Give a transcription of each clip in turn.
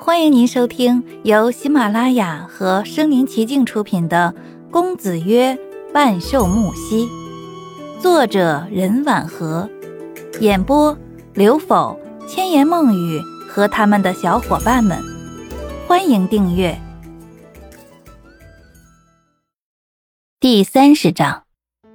欢迎您收听由喜马拉雅和声临其境出品的《公子曰半兽木兮》，作者任婉和，演播刘否、千言梦语和他们的小伙伴们。欢迎订阅。第30章。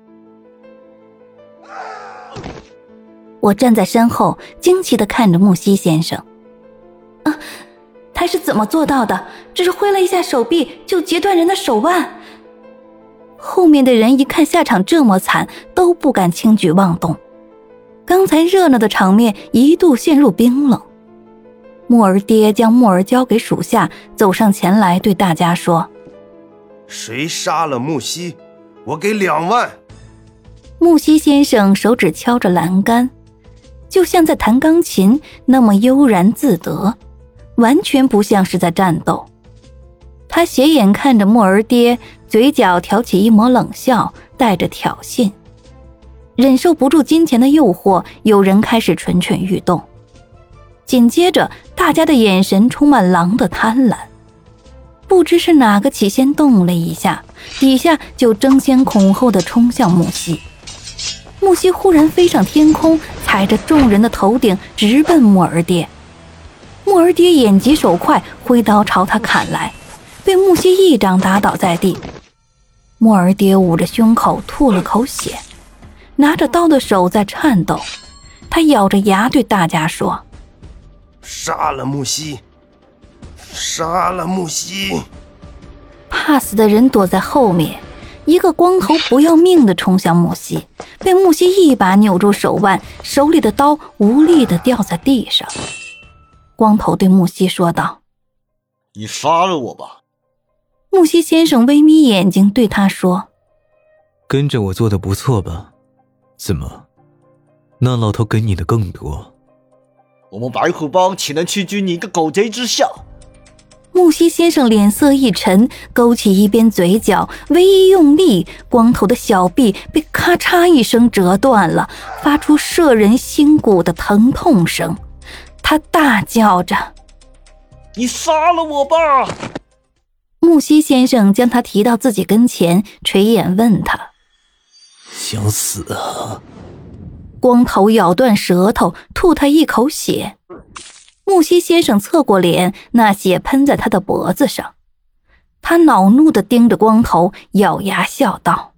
我站在身后，惊奇地看着木西先生。他是怎么做到的？只是挥了一下手臂就截断人的手腕。后面的人一看下场这么惨，都不敢轻举妄动。刚才热闹的场面一度陷入冰冷。木儿爹将木儿交给属下，走上前来对大家说： 谁杀了木西，我给2万。 木西先生手指敲着栏杆，就像在弹钢琴，那么悠然自得，完全不像是在战斗。他斜眼看着木儿爹，嘴角挑起一抹冷笑，带着挑衅。忍受不住金钱的诱惑，有人开始蠢蠢欲动。紧接着，大家的眼神充满狼的贪婪。不知是哪个起先动了一下，底下就争先恐后地冲向木西。木西忽然飞上天空，踩着众人的头顶直奔木儿爹。木儿爹眼疾手快，挥刀朝他砍来，被木西一掌打倒在地。木儿爹捂着胸口吐了口血，拿着刀的手在颤抖。他咬着牙对大家说： 杀了木西，杀了木西。 怕死的人躲在后面，一个光头不要命地冲向木西，被木西一把扭住手腕，手里的刀无力地掉在地上。光头对木西说道： 你杀了我吧。 木西先生微眯眼睛对他说： 跟着我做得不错吧？怎么，那老头给你的更多？ 我们白虎帮岂能屈居你一个狗贼之下？ 木西先生脸色一沉，勾起一边嘴角，微一用力，光头的小臂被咔嚓一声折断了，发出摄人心骨的疼痛声。他大叫着： 你杀了我吧！ 木西先生将他提到自己跟前，垂眼问他： 想死啊？ 光头咬断舌头，吐他一口血。木西先生侧过脸，那血喷在他的脖子上。他恼怒地盯着光头，咬牙笑道：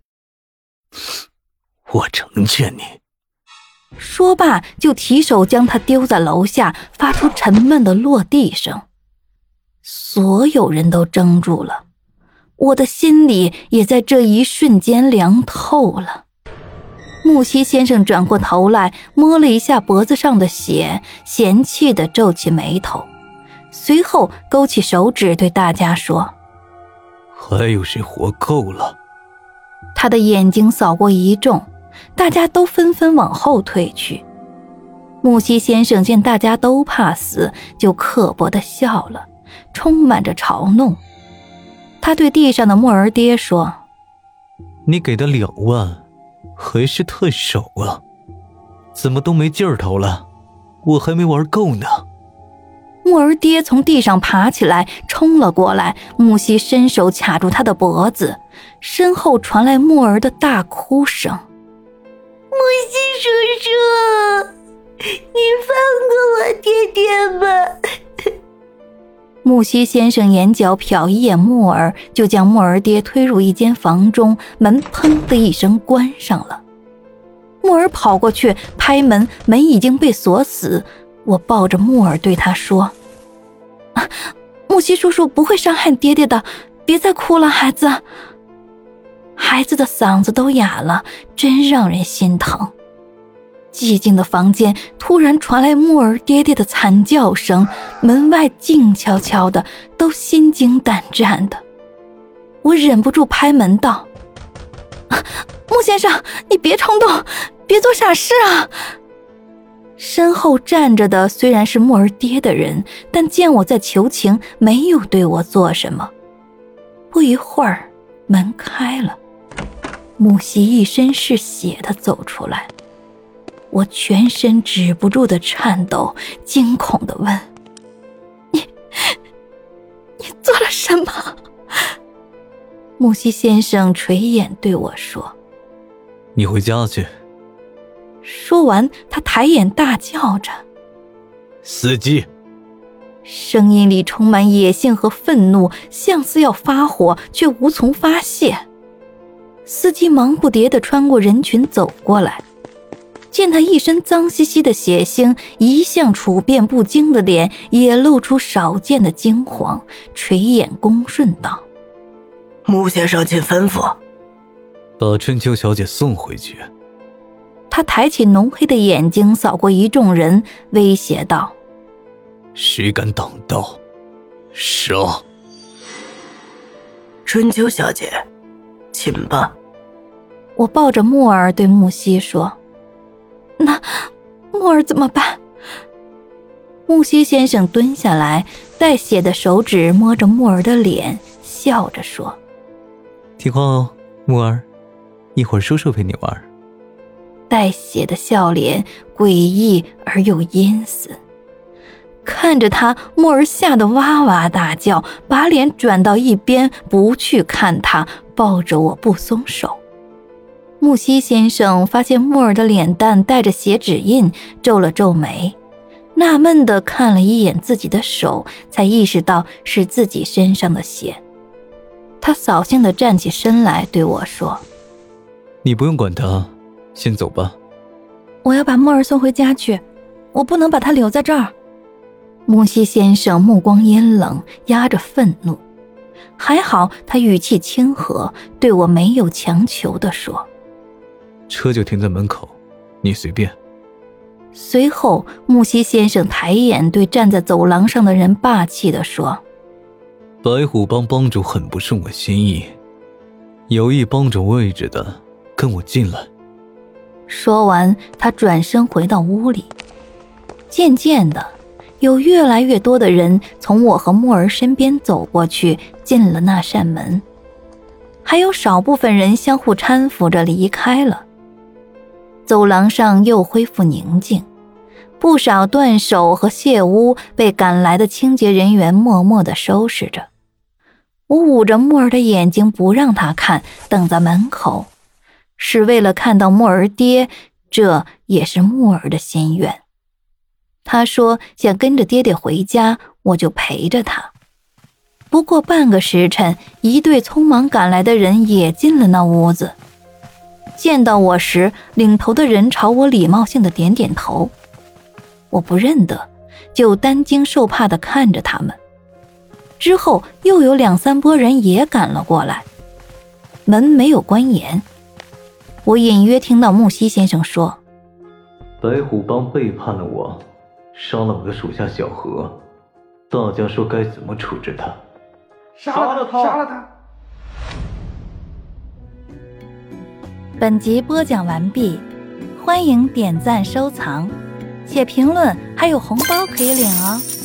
我成全你。 说罢就提手将他丢在楼下，发出沉闷的落地声。所有人都怔住了，我的心里也在这一瞬间凉透了。木西先生转过头来，摸了一下脖子上的血，嫌弃地皱起眉头，随后勾起手指对大家说： 还有谁活够了？ 他的眼睛扫过一众，大家都纷纷往后退去。木西先生见大家都怕死，就刻薄地笑了，充满着嘲弄。他对地上的木儿爹说： 你给的2万还是太少啊，怎么都没劲儿头了？我还没玩够呢。 木儿爹从地上爬起来，冲了过来，木西伸手卡住他的脖子，身后传来木儿的大哭声：木西叔叔，你放过我爹爹吧。木西先生眼角瞟一眼木儿，就将木儿爹推入一间房中，门砰的一声关上了。木儿跑过去拍门，门已经被锁死。我抱着木儿对他说：木西叔叔不会伤害爹爹的，别再哭了，孩子。孩子的嗓子都哑了，真让人心疼。寂静的房间突然传来木儿爹爹的惨叫声，门外静悄悄的，都心惊胆战的。我忍不住拍门道：木先生，你别冲动，别做傻事啊。身后站着的虽然是木儿爹的人，但见我在求情，没有对我做什么。不一会儿，门开了，木西一身是血的走出来。我全身止不住的颤抖，惊恐地问： 什么？木西先生垂眼对我说：“ 你回家去。” 说完，他抬眼大叫着：“ 司机！” 声音里充满野性和愤怒，像似要发火，却无从发泄。司机忙不迭地穿过人群走过来，见他一身脏兮兮的血腥，一向处变不惊的脸也露出少见的惊慌，垂眼恭顺道：“ 穆先生，请吩咐。” 把春秋小姐送回去。 他抬起浓黑的眼睛扫过一众人，威胁道：“ 谁敢挡道，杀！” 春秋小姐，请吧。 我抱着木儿对木西说：“那木儿怎么办？”木西先生蹲下来，带血的手指摸着木儿的脸，笑着说：“ 听话哦，木儿，一会儿叔叔陪你玩。” 带血的笑脸诡异而又阴森，看着他，木儿吓得哇哇大叫，把脸转到一边，不去看他，抱着我不松手。木西先生发现木儿的脸蛋带着血指印，皱了皱眉，纳闷地看了一眼自己的手，才意识到是自己身上的血。他扫兴地站起身来对我说：“ 你不用管他，先走吧。”“ 我要把木儿送回家去，我不能把她留在这儿。”木西先生目光阴冷，压着愤怒。还好他语气亲和，对我没有强求地说：“ 车就停在门口，你随便。” 随后木西先生抬眼对站在走廊上的人霸气地说：“ 白虎帮帮主很不顺我心意，有意帮主位置的跟我进来。” 说完他转身回到屋里。渐渐的，有越来越多的人从我和木儿身边走过去，进了那扇门，还有少部分人相互搀扶着离开了。走廊上又恢复宁静，不少断手和亵污被赶来的清洁人员默默地收拾着。我捂着木儿的眼睛不让他看，等在门口，是为了看到木儿爹，这也是木儿的心愿。他说想跟着爹爹回家，我就陪着他。不过半个时辰，一队匆忙赶来的人也进了那屋子。见到我时，领头的人朝我礼貌性的点点头。我不认得，就担惊受怕地看着他们。之后又有2、3拨人也赶了过来。门没有关严。我隐约听到木西先生说：“ 白虎帮背叛了我，杀了我的属下小何，大家说该怎么处置他？”“ 杀了他！杀了他！” 本集播讲完毕，欢迎点赞收藏，写评论还有红包可以领哦。